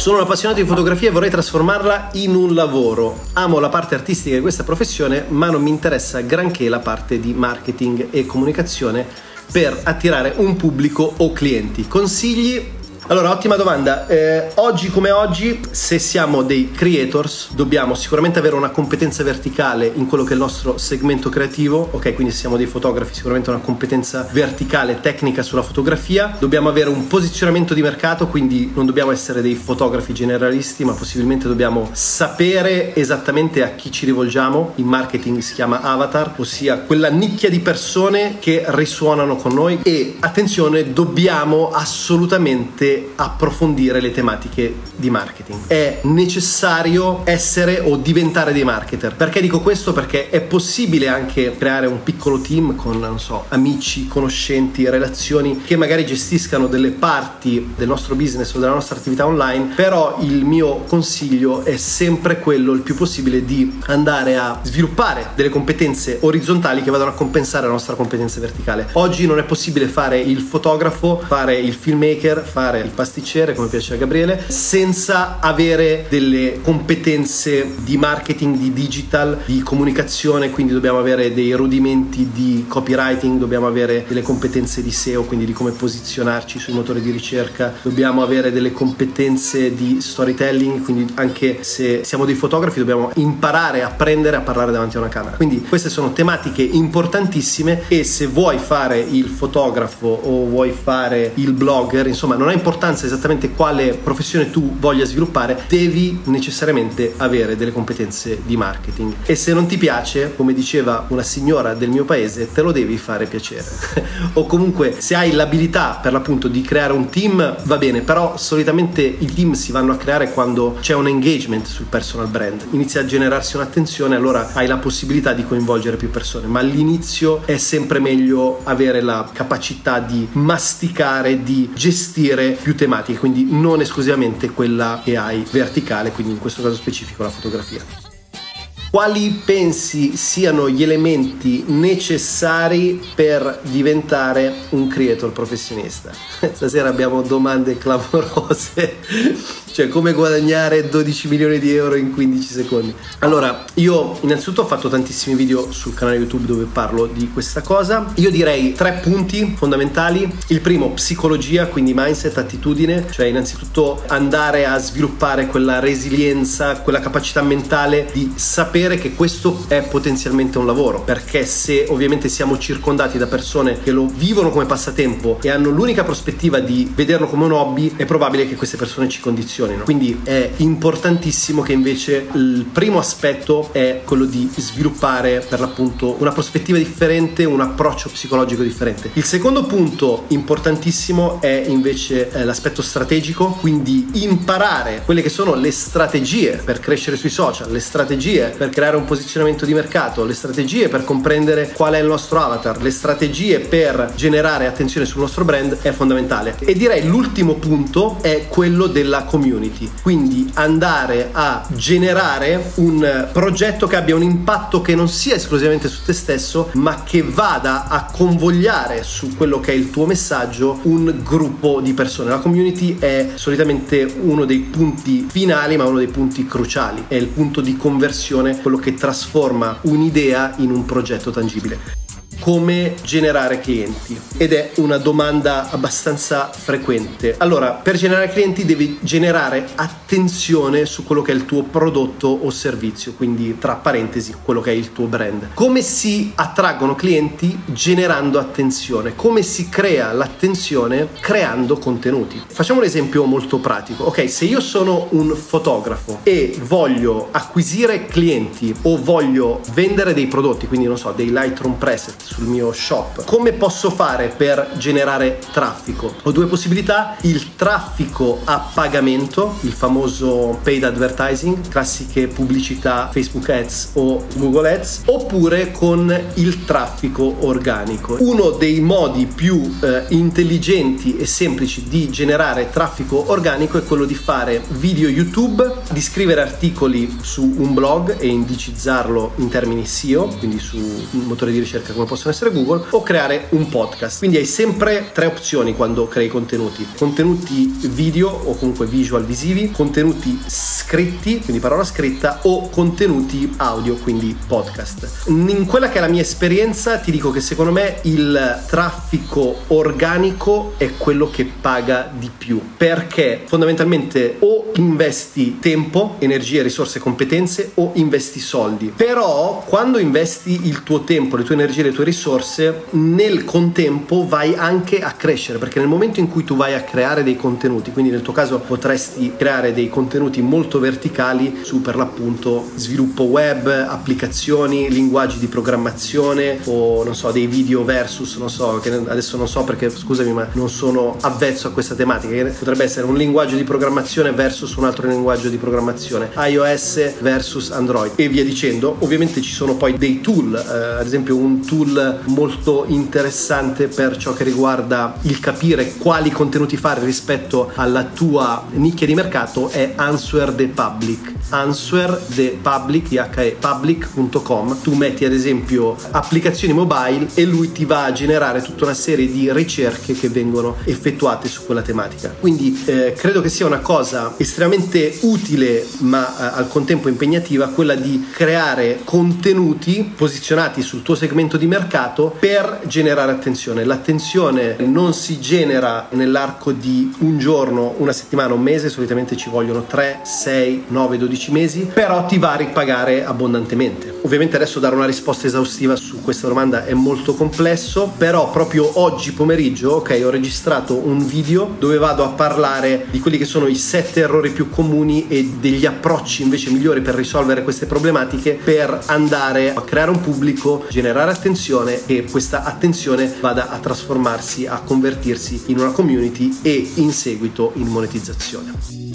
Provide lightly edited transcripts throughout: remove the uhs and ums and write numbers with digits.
Sono un appassionato di fotografia e vorrei trasformarla in un lavoro. Amo la parte artistica di questa professione, ma non mi interessa granché la parte di marketing e comunicazione per attirare un pubblico o clienti. Consigli? Allora, ottima domanda. Oggi come oggi, se siamo dei creators, dobbiamo sicuramente avere una competenza verticale in quello che è il nostro segmento creativo, ok? Quindi se siamo dei fotografi, sicuramente una competenza verticale tecnica sulla fotografia. Dobbiamo avere un posizionamento di mercato, quindi non dobbiamo essere dei fotografi generalisti, ma possibilmente dobbiamo sapere esattamente a chi ci rivolgiamo. In marketing si chiama avatar, ossia quella nicchia di persone che risuonano con noi. E attenzione, dobbiamo assolutamente approfondire le tematiche di marketing. È necessario essere o diventare dei marketer. Perché dico questo? Perché è possibile anche creare un piccolo team con, non so, amici, conoscenti, relazioni che magari gestiscano delle parti del nostro business o della nostra attività online, però il mio consiglio è sempre quello, il più possibile, di andare a sviluppare delle competenze orizzontali che vadano a compensare la nostra competenza verticale. Oggi non è possibile fare il fotografo, fare il filmmaker, fare il pasticcere, come piace a Gabriele, senza avere delle competenze di marketing, di digital, di comunicazione. Quindi dobbiamo avere dei rudimenti di copywriting, dobbiamo avere delle competenze di SEO, quindi di come posizionarci sui motori di ricerca, dobbiamo avere delle competenze di storytelling, quindi anche se siamo dei fotografi dobbiamo imparare, apprendere a parlare davanti a una camera. Quindi queste sono tematiche importantissime, e se vuoi fare il fotografo o vuoi fare il blogger, insomma, non ha importanza esattamente quale professione tu voglia sviluppare, devi necessariamente avere delle competenze di marketing. E se non ti piace, come diceva una signora del mio paese, te lo devi fare piacere. O comunque, se hai l'abilità per l'appunto di creare un team, va bene, però solitamente i team si vanno a creare quando c'è un engagement sul personal brand, inizia a generarsi un'attenzione, allora hai la possibilità di coinvolgere più persone. Ma all'inizio è sempre meglio avere la capacità di masticare, di gestire più tematiche, quindi non esclusivamente quella che hai verticale, quindi in questo caso specifico la fotografia. Quali pensi siano gli elementi necessari per diventare un creator professionista? Stasera abbiamo domande clamorose, cioè come guadagnare 12 milioni di euro in 15 secondi. Allora, io innanzitutto ho fatto tantissimi video sul canale YouTube dove parlo di questa cosa. Io direi 3 punti fondamentali. Il primo, psicologia, quindi mindset, attitudine, cioè innanzitutto andare a sviluppare quella resilienza, quella capacità mentale di sapere che questo è potenzialmente un lavoro, perché se ovviamente siamo circondati da persone che lo vivono come passatempo e hanno l'unica prospettiva di vederlo come un hobby, è probabile che queste persone ci condizionino. Quindi è importantissimo che invece il primo aspetto è quello di sviluppare per l'appunto una prospettiva differente, un approccio psicologico differente. Il secondo punto importantissimo è invece l'aspetto strategico, quindi imparare quelle che sono le strategie per crescere sui social, le strategie per creare un posizionamento di mercato, le strategie per comprendere qual è il nostro avatar, le strategie per generare attenzione sul nostro brand è fondamentale. E direi l'ultimo punto è quello della community, quindi andare a generare un progetto che abbia un impatto che non sia esclusivamente su te stesso, ma che vada a convogliare su quello che è il tuo messaggio un gruppo di persone. La community è solitamente uno dei punti finali, ma uno dei punti cruciali, è il punto di conversione, quello che trasforma un'idea in un progetto tangibile. Come generare clienti? Ed è una domanda abbastanza frequente. Allora, per generare clienti devi generare attenzione su quello che è il tuo prodotto o servizio, quindi tra parentesi quello che è il tuo brand. Come si attraggono clienti? Generando attenzione. Come si crea l'attenzione? Creando contenuti. Facciamo un esempio molto pratico. Ok, se io sono un fotografo e voglio acquisire clienti o voglio vendere dei prodotti, quindi non so, dei Lightroom preset sul mio shop, come posso fare per generare traffico? Ho 2 possibilità: il traffico a pagamento, il famoso paid advertising, classiche pubblicità Facebook Ads o Google Ads, oppure con il traffico organico. Uno dei modi più intelligenti e semplici di generare traffico organico è quello di fare video YouTube, di scrivere articoli su un blog e indicizzarlo in termini SEO, quindi su un motore di ricerca come possono essere Google, o creare un podcast. Quindi hai sempre 3 opzioni quando crei contenuti: contenuti video o comunque visual visivi, contenuti contenuti scritti, quindi parola scritta, o contenuti audio, quindi podcast. In quella che è la mia esperienza ti dico che secondo me il traffico organico è quello che paga di più, perché fondamentalmente o investi tempo, energie, risorse, competenze, o investi soldi. Però quando investi il tuo tempo, le tue energie, le tue risorse, nel contempo vai anche a crescere, perché nel momento in cui tu vai a creare dei contenuti, quindi nel tuo caso potresti creare dei contenuti molto verticali su, per l'appunto, sviluppo web, applicazioni, linguaggi di programmazione, o non so, dei video versus, non so, che adesso non so perché, scusami, ma non sono avvezzo a questa tematica, che potrebbe essere un linguaggio di programmazione versus un altro linguaggio di programmazione, iOS versus Android e via dicendo. Ovviamente ci sono poi dei tool, ad esempio un tool molto interessante per ciò che riguarda il capire quali contenuti fare rispetto alla tua nicchia di mercato è Answer the Public. Answer the Public, public.com. Tu metti ad esempio applicazioni mobile e lui ti va a generare tutta una serie di ricerche che vengono effettuate su quella tematica. Quindi credo che sia una cosa estremamente utile ma al contempo impegnativa, quella di creare contenuti posizionati sul tuo segmento di mercato per generare attenzione. L'attenzione non si genera nell'arco di un giorno, una settimana, un mese, solitamente ci vogliono 3, 6, 9, 12 mesi, però ti va a ripagare abbondantemente. Ovviamente adesso dare una risposta esaustiva su questa domanda è molto complesso, però proprio oggi pomeriggio, ho registrato un video dove vado a parlare di quelli che sono i 7 errori più comuni e degli approcci invece migliori per risolvere queste problematiche, per andare a creare un pubblico, generare attenzione e questa attenzione vada a trasformarsi, a convertirsi in una community e in seguito in monetizzazione.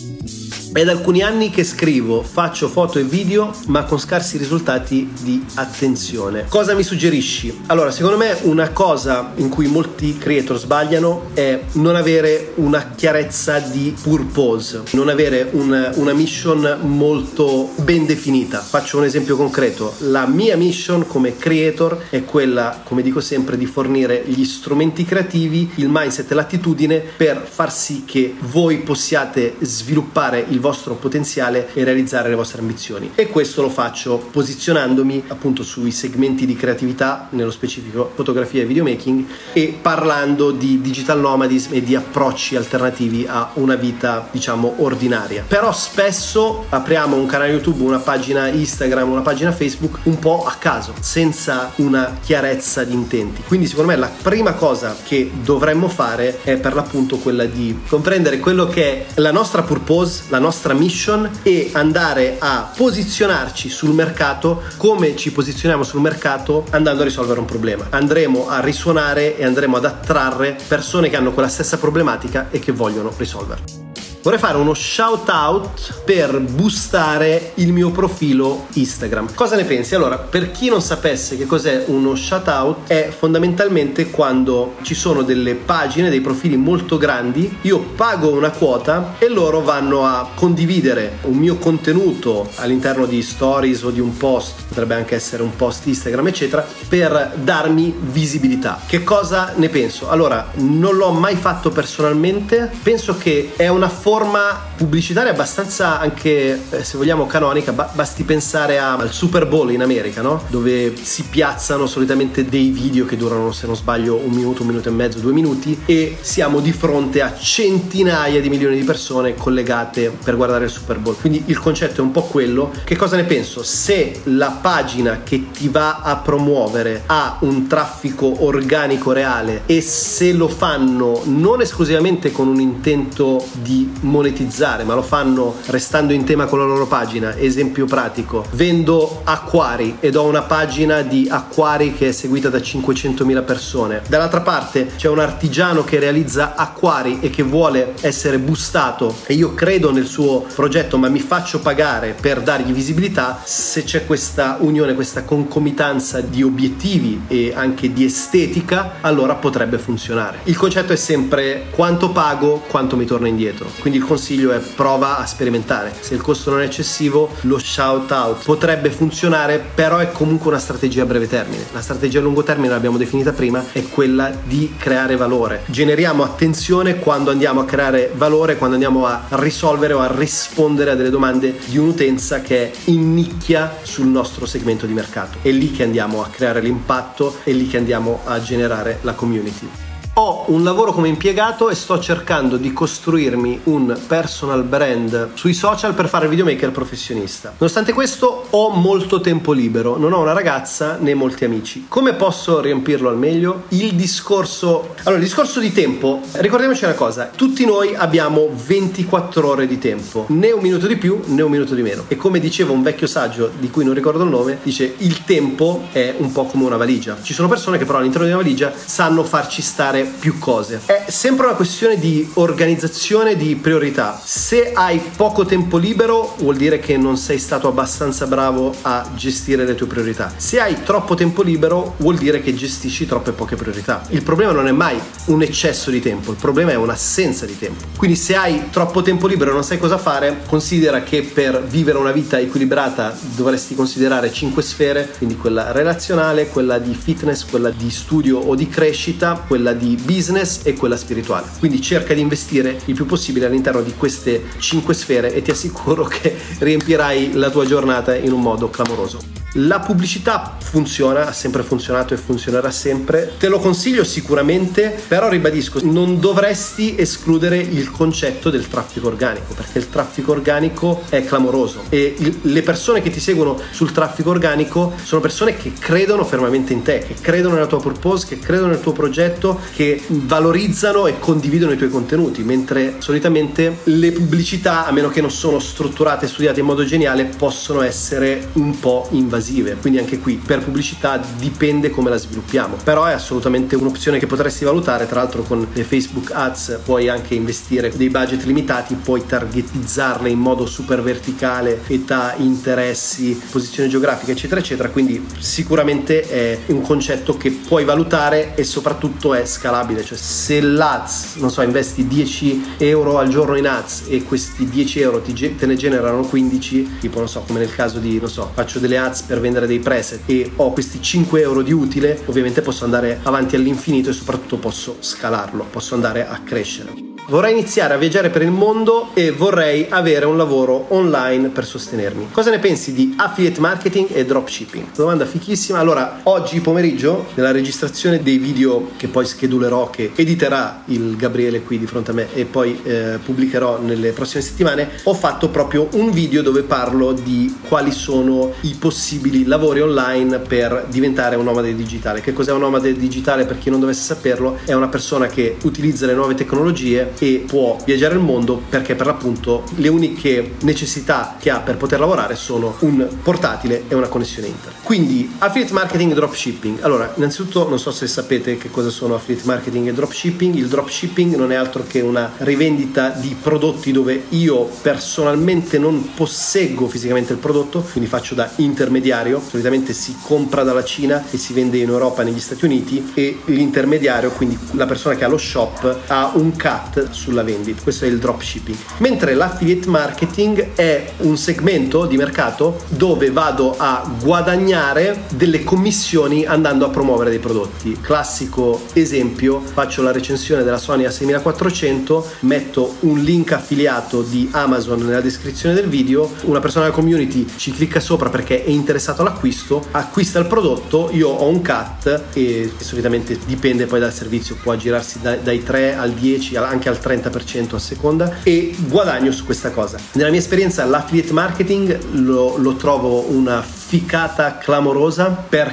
È da alcuni anni che scrivo, faccio foto e video, ma con scarsi risultati di attenzione. Cosa mi suggerisci? Allora, secondo me una cosa in cui molti creator sbagliano è non avere una chiarezza di purpose, non avere una mission molto ben definita. Faccio un esempio concreto. La mia mission come creator è quella, come dico sempre, di fornire gli strumenti creativi, il mindset e l'attitudine per far sì che voi possiate sviluppare il vostro potenziale e realizzare le vostre ambizioni, e questo lo faccio posizionandomi appunto sui segmenti di creatività, nello specifico fotografia e videomaking, e parlando di digital nomadism e di approcci alternativi a una vita diciamo ordinaria. Però spesso apriamo un canale YouTube, una pagina Instagram, una pagina Facebook un po' a caso, senza una chiarezza di intenti. Quindi secondo me la prima cosa che dovremmo fare è per l'appunto quella di comprendere quello che è la nostra purpose, la nostra mission, e andare a posizionarci sul mercato come ci posizioniamo sul mercato andando a risolvere un problema. Andremo a risuonare e andremo ad attrarre persone che hanno quella stessa problematica e che vogliono risolverla. Vorrei fare uno shout out per boostare il mio profilo Instagram. Cosa ne pensi? Allora, per chi non sapesse che cos'è uno shout out, è fondamentalmente quando ci sono delle pagine, dei profili molto grandi, io pago una quota e loro vanno a condividere un mio contenuto all'interno di stories o di un post, potrebbe anche essere un post Instagram eccetera, per darmi visibilità. Che cosa ne penso? Allora, non l'ho mai fatto personalmente, penso che è una forma pubblicitaria abbastanza anche se vogliamo canonica. Basti pensare al Super Bowl in America, no? Dove si piazzano solitamente dei video che durano, se non sbaglio, un minuto e mezzo, 2 minuti, e siamo di fronte a centinaia di milioni di persone collegate per guardare il Super Bowl. Quindi il concetto è un po' quello. Che cosa ne penso? Se la pagina che ti va a promuovere ha un traffico organico reale, e se lo fanno non esclusivamente con un intento di monetizzare, ma lo fanno restando in tema con la loro pagina. Esempio pratico: vendo acquari ed ho una pagina di acquari che è seguita da 500.000 persone. Dall'altra parte c'è un artigiano che realizza acquari e che vuole essere boostato, e io credo nel suo progetto ma mi faccio pagare per dargli visibilità. Se c'è questa unione, questa concomitanza di obiettivi e anche di estetica, allora potrebbe funzionare. Il concetto è sempre quanto pago, quanto mi torna indietro. Quindi quindi il consiglio è prova a sperimentare. Se il costo non è eccessivo, lo shout out potrebbe funzionare, però è comunque una strategia a breve termine. La strategia a lungo termine l'abbiamo definita prima, è quella di creare valore. Generiamo attenzione quando andiamo a creare valore, quando andiamo a risolvere o a rispondere a delle domande di un'utenza che è in nicchia sul nostro segmento di mercato. È lì che andiamo a creare l'impatto, è lì che andiamo a generare la community. Ho un lavoro come impiegato e sto cercando di costruirmi un personal brand sui social per fare il videomaker professionista. Nonostante questo ho molto tempo libero, non ho una ragazza né molti amici. Come posso riempirlo al meglio? Il discorso di tempo, ricordiamoci una cosa, tutti noi abbiamo 24 ore di tempo, né un minuto di più né un minuto di meno. E come diceva un vecchio saggio di cui non ricordo il nome, dice: il tempo è un po' come una valigia. Ci sono persone che però all'interno di una valigia sanno farci stare più cose. È sempre una questione di organizzazione, di priorità. Se hai poco tempo libero vuol dire che non sei stato abbastanza bravo a gestire le tue priorità. Se hai troppo tempo libero vuol dire che gestisci troppe poche priorità. Il problema non è mai un eccesso di tempo, il problema è un'assenza di tempo. Quindi se hai troppo tempo libero e non sai cosa fare, considera che per vivere una vita equilibrata dovresti considerare 5 sfere, quindi quella relazionale, quella di fitness, quella di studio o di crescita, quella di business e quella spirituale. Quindi cerca di investire il più possibile all'interno di queste 5 sfere e ti assicuro che riempirai la tua giornata in un modo clamoroso. La pubblicità funziona, ha sempre funzionato e funzionerà sempre. Te lo consiglio sicuramente, però ribadisco, non dovresti escludere il concetto del traffico organico, perché il traffico organico è clamoroso e le persone che ti seguono sul traffico organico sono persone che credono fermamente in te, che credono nella tua purpose, che credono nel tuo progetto, che valorizzano e condividono i tuoi contenuti, mentre solitamente le pubblicità, a meno che non sono strutturate e studiate in modo geniale, possono essere un po' invasive. Quindi anche qui per pubblicità dipende come la sviluppiamo, però è assolutamente un'opzione che potresti valutare. Tra l'altro con le Facebook Ads puoi anche investire dei budget limitati, puoi targetizzarle in modo super verticale, età, interessi, posizione geografica eccetera eccetera, quindi sicuramente è un concetto che puoi valutare e soprattutto è scalabile. Cioè se l'Ads, non so, investi 10 euro al giorno in Ads e questi 10 euro te ne generano 15, tipo non so, come nel caso di, non so, faccio delle Ads per vendere dei preset e ho questi 5 euro di utile, ovviamente posso andare avanti all'infinito e soprattutto posso scalarlo, posso andare a crescere. Vorrei iniziare a viaggiare per il mondo e vorrei avere un lavoro online per sostenermi. Cosa ne pensi di affiliate marketing e dropshipping? Domanda fichissima. Allora, oggi pomeriggio, nella registrazione dei video che poi schedulerò, che editerà il Gabriele qui di fronte a me e poi pubblicherò nelle prossime settimane, ho fatto proprio un video dove parlo di quali sono i possibili lavori online per diventare un nomade digitale. Che cos'è un nomade digitale? Per chi non dovesse saperlo, è una persona che utilizza le nuove tecnologie e può viaggiare il mondo, perché per l'appunto le uniche necessità che ha per poter lavorare sono un portatile e una connessione internet. Quindi affiliate marketing e dropshipping. Allora, innanzitutto non so se sapete che cosa sono affiliate marketing e dropshipping. Il dropshipping non è altro che una rivendita di prodotti dove io personalmente non posseggo fisicamente il prodotto, quindi faccio da intermediario. Solitamente si compra dalla Cina e si vende in Europa, negli Stati Uniti, e l'intermediario, quindi la persona che ha lo shop, ha un cut sulla vendita. Questo è il dropshipping. Mentre l'affiliate marketing è un segmento di mercato dove vado a guadagnare delle commissioni andando a promuovere dei prodotti. Classico esempio, faccio la recensione della Sony A6400, metto un link affiliato di Amazon nella descrizione del video, una persona della community ci clicca sopra perché è interessato all'acquisto, acquista il prodotto, io ho un cut e solitamente dipende poi dal servizio, può aggirarsi dai 3 al 10 anche al 30% a seconda, e guadagno su questa cosa. Nella mia esperienza l'affiliate marketing lo trovo una ficata clamorosa.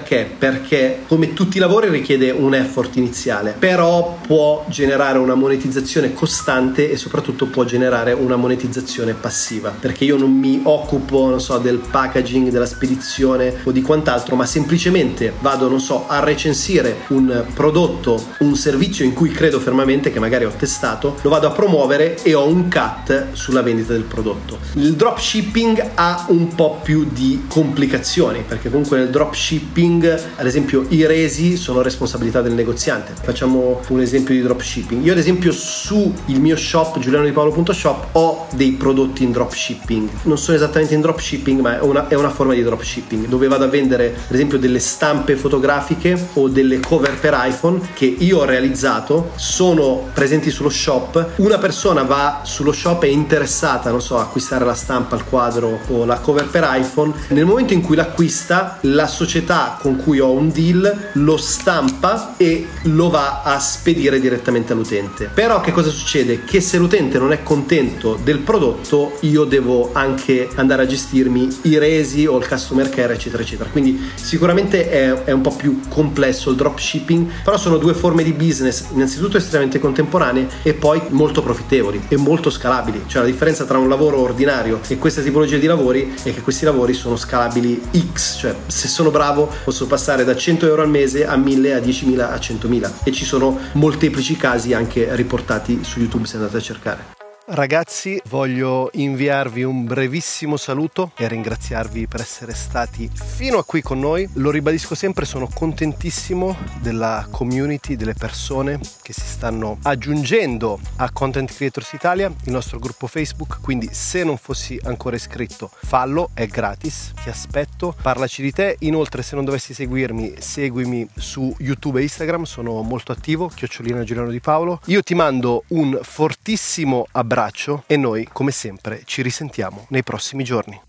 Perché come tutti i lavori richiede un effort iniziale, però può generare una monetizzazione costante e soprattutto può generare una monetizzazione passiva, perché io non mi occupo, non so, del packaging, della spedizione o di quant'altro, ma semplicemente vado, non so, a recensire un prodotto, un servizio in cui credo fermamente, che magari ho testato, lo vado a promuovere e ho un cut sulla vendita del prodotto. Il dropshipping ha un po' più di complicazioni, comunicazioni, perché comunque nel dropshipping, ad esempio, i resi sono responsabilità del negoziante. Facciamo un esempio di dropshipping. Io ad esempio su il mio shop giulianodipaulo.shop ho dei prodotti in dropshipping. Non sono esattamente in dropshipping, ma è una forma di dropshipping, dove vado a vendere ad esempio delle stampe fotografiche o delle cover per iPhone che io ho realizzato, sono presenti sullo shop. Una persona va sullo shop, è interessata, non so, a acquistare la stampa, il quadro o la cover per iPhone. Nel momento in cui l'acquista, la società con cui ho un deal lo stampa e lo va a spedire direttamente all'utente. Però che cosa succede? Che se l'utente non è contento del prodotto, io devo anche andare a gestirmi i resi o il customer care, eccetera eccetera. Quindi sicuramente è un po' più complesso il dropshipping, però sono due forme di business innanzitutto estremamente contemporanee e poi molto profittevoli e molto scalabili. Cioè la differenza tra un lavoro ordinario e questa tipologia di lavori è che questi lavori sono scalabili X, cioè se sono bravo posso passare da 100 euro al mese a 1000, a 10.000, a 100.000, e ci sono molteplici casi anche riportati su YouTube se andate a cercare. Ragazzi, voglio inviarvi un brevissimo saluto e ringraziarvi per essere stati fino a qui con noi. Lo ribadisco sempre, sono contentissimo della community, delle persone che si stanno aggiungendo a Content Creators Italia, il nostro gruppo Facebook, quindi se non fossi ancora iscritto fallo, è gratis, ti aspetto, parlaci di te. Inoltre se non dovessi seguirmi, seguimi su YouTube e Instagram, sono molto attivo, @GiulianoDiPaolo. Io ti mando un fortissimo abbraccio e noi, come sempre, ci risentiamo nei prossimi giorni.